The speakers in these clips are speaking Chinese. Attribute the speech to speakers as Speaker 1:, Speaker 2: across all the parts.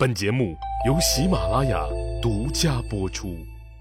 Speaker 1: 本节目由喜马拉雅独家播出。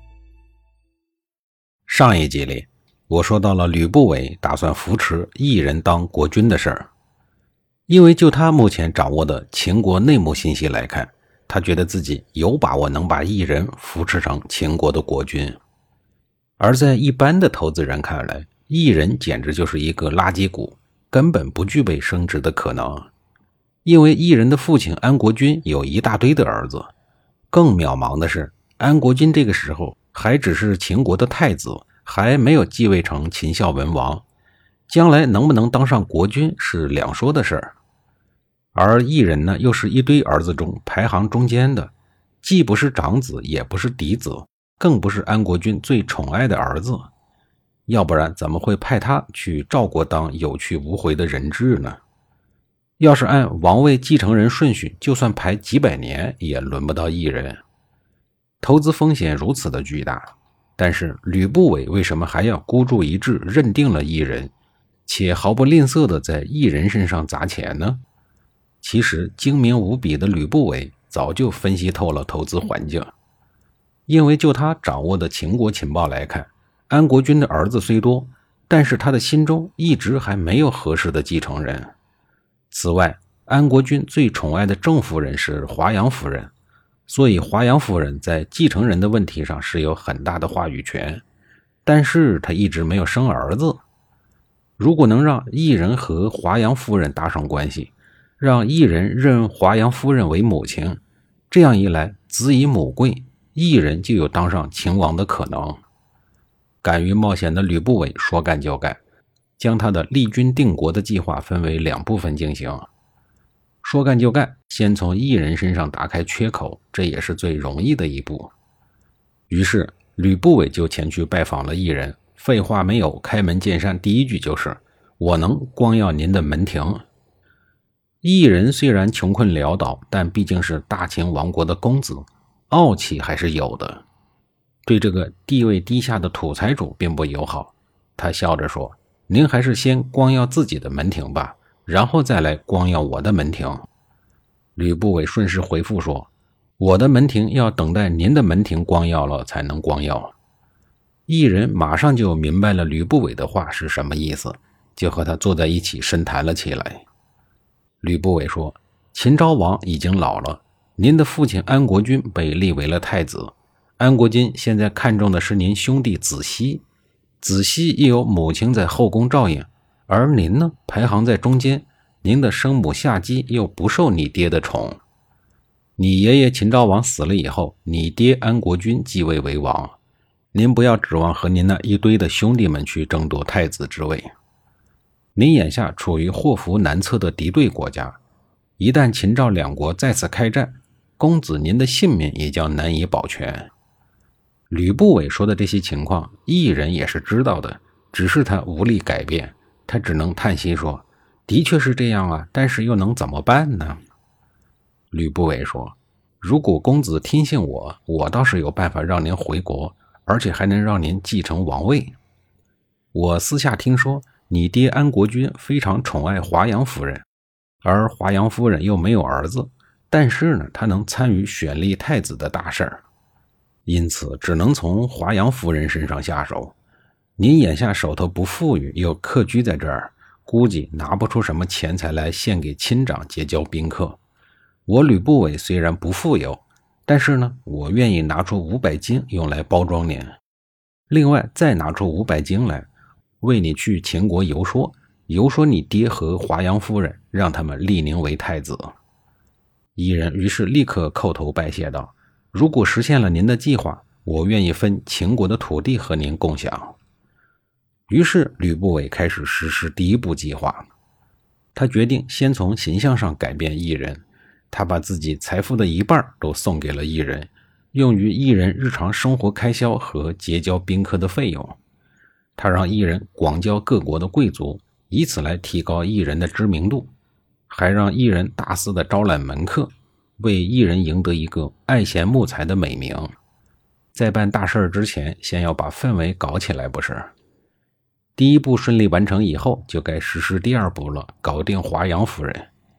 Speaker 2: 上一集里，我说到了吕不韦打算扶持异人当国君的事儿。因为就他目前掌握的秦国内幕信息来看，他觉得自己有把握能把异人扶持成秦国的国君。而在一般的投资人看来，异人简直就是一个垃圾股，根本不具备升值的可能。因为异人的父亲安国君有一大堆的儿子，更渺茫的是，安国君这个时候还只是秦国的太子，还没有继位成秦孝文王，将来能不能当上国君是两说的事儿。而异人呢，又是一堆儿子中排行中间的，既不是长子，也不是嫡子，更不是安国君最宠爱的儿子，要不然怎么会派他去赵国当有去无回的人质呢？要是按王位继承人顺序，就算排几百年也轮不到异人。投资风险如此的巨大，但是吕不韦为什么还要孤注一掷认定了异人，且毫不吝啬地在异人身上砸钱呢？其实精明无比的吕不韦早就分析透了投资环境。因为就他掌握的秦国情报来看，安国君的儿子虽多，但是他的心中一直还没有合适的继承人。此外，安国君最宠爱的郑夫人是华阳夫人，所以华阳夫人在继承人的问题上是有很大的话语权，但是她一直没有生儿子。如果能让异人和华阳夫人搭上关系，让异人认华阳夫人为母亲，这样一来，子以母贵，异人就有当上秦王的可能。敢于冒险的吕不韦说干就干，将他的立军定国的计划分为两部分进行。说干就干，先从异人身上打开缺口，这也是最容易的一步。于是吕不韦就前去拜访了异人，废话没有，开门见山，第一句就是我能光耀您的门庭。异人虽然穷困潦倒，但毕竟是大秦王国的公子，傲气还是有的，对这个地位低下的土财主并不友好。他笑着说，您还是先光耀自己的门庭吧，然后再来光耀我的门庭。吕不韦顺势回复说，我的门庭要等待您的门庭光耀了才能光耀。异人马上就明白了吕不韦的话是什么意思，就和他坐在一起深谈了起来。吕不韦说，秦昭王已经老了，您的父亲安国君被立为了太子，安国君现在看重的是您兄弟子熙，子熙亦有母亲在后宫照应，而您呢，排行在中间，您的生母夏姬又不受你爹的宠。你爷爷秦昭王死了以后，你爹安国君继位为王，您不要指望和您那一堆的兄弟们去争夺太子之位。您眼下处于祸福难测的敌对国家，一旦秦赵两国再次开战，公子您的性命也将难以保全。吕不韦说的这些情况，异人也是知道的，只是他无力改变，他只能叹息说，的确是这样啊，但是又能怎么办呢？吕不韦说，如果公子听信我，我倒是有办法让您回国，而且还能让您继承王位。我私下听说，你爹安国君非常宠爱华阳夫人，而华阳夫人又没有儿子，但是呢，她能参与选立太子的大事儿，因此只能从华阳夫人身上下手。您眼下手头不富裕，又客居在这儿，估计拿不出什么钱财来献给亲长结交宾客。我吕不韦虽然不富有，但是呢，我愿意拿出500金用来包装您，另外再拿出500金来为你去秦国游说你爹和华阳夫人，让他们立您为太子。异人于是立刻叩头拜谢道，如果实现了您的计划，我愿意分秦国的土地和您共享。于是吕不韦开始实施第一步计划。他决定先从形象上改变异人，他把自己财富的一半都送给了异人，用于异人日常生活开销和结交宾客的费用。他让异人广交各国的贵族，以此来提高异人的知名度，还让异人大肆的招揽门客，为异人赢得一个爱贤慕才的美名。在办大事之前，先要把氛围搞起来，不是？第一步顺利完成以后，就该实施第二步了，搞定华阳夫人。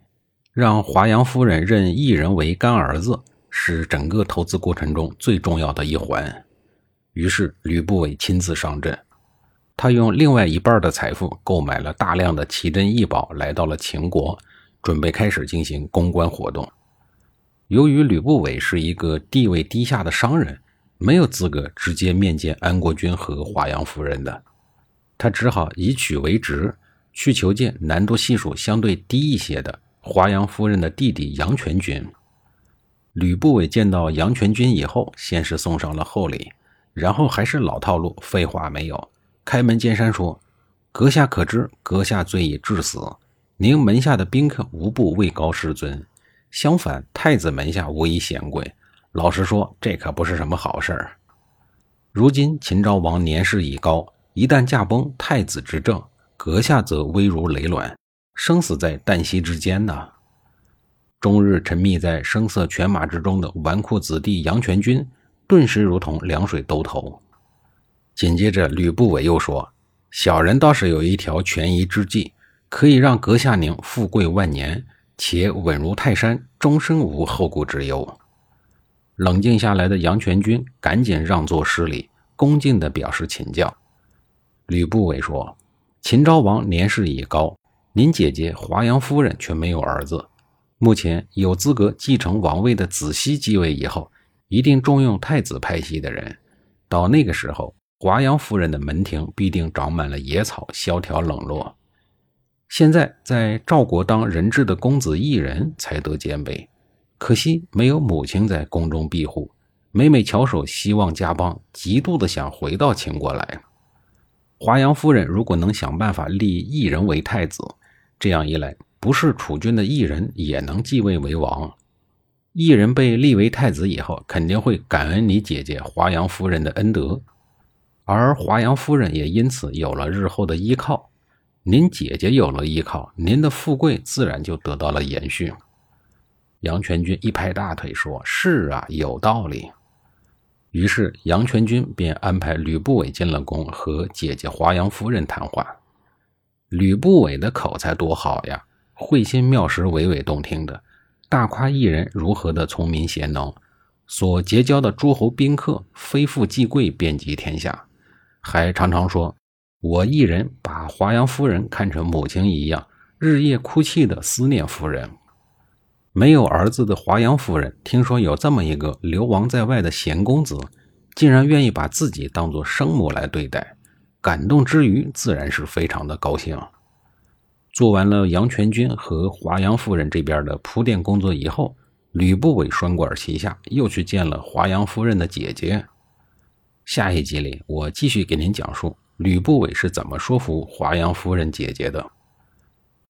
Speaker 2: 让华阳夫人认异人为干儿子是整个投资过程中最重要的一环。于是吕不韦亲自上阵，他用另外一半的财富购买了大量的奇珍异宝，来到了秦国，准备开始进行公关活动。由于吕不韦是一个地位低下的商人，没有资格直接面见安国君和华阳夫人的，他只好以曲为直，去求见难度系数相对低一些的华阳夫人的弟弟杨全军。吕不韦见到杨全军以后，先是送上了厚礼，然后还是老套路，废话没有，开门见山说：阁下可知阁下罪已至死，您门下的宾客无不位高师尊，相反太子门下无一显贵，老实说这可不是什么好事儿。如今秦昭王年事已高，一旦驾崩太子执政，阁下则危如累卵，生死在旦夕之间呢。终日沉迷在声色犬马之中的纨绔子弟杨全军顿时如同凉水兜头。紧接着吕不韦又说：小人倒是有一条权宜之计，可以让阁下您富贵万年，且稳如泰山，终生无后顾之忧。冷静下来的杨全军赶紧让座施礼，恭敬地表示请教。吕不韦说：秦昭王年事已高，您姐姐华阳夫人却没有儿子，目前有资格继承王位的子熙继位以后，一定重用太子派系的人，到那个时候华阳夫人的门庭必定长满了野草，萧条冷落。现在在赵国当人质的公子异人才得兼备，可惜没有母亲在宫中庇护，每每翘首希望家邦，极度的想回到秦国来。华阳夫人如果能想办法立异人为太子，这样一来，不是储君的异人也能继位为王。异人被立为太子以后，肯定会感恩你姐姐华阳夫人的恩德，而华阳夫人也因此有了日后的依靠。您姐姐有了依靠，您的富贵自然就得到了延续。杨全军一拍大腿说：是啊，有道理。于是杨全军便安排吕不韦进了宫，和姐姐华阳夫人谈话。吕不韦的口才多好呀，会心妙实，娓娓动听的，大夸异人如何的聪明贤能，所结交的诸侯宾客非富即贵，遍及天下，还常常说我异人把华阳夫人看成母亲一样，日夜哭泣的思念夫人。没有儿子的华阳夫人听说有这么一个流亡在外的贤公子，竟然愿意把自己当作生母来对待，感动之余自然是非常的高兴。做完了杨全军和华阳夫人这边的铺垫工作以后，吕不韦双管齐下，又去见了华阳夫人的姐姐。下一集里我继续给您讲述吕不韦是怎么说服华阳夫人姐姐的。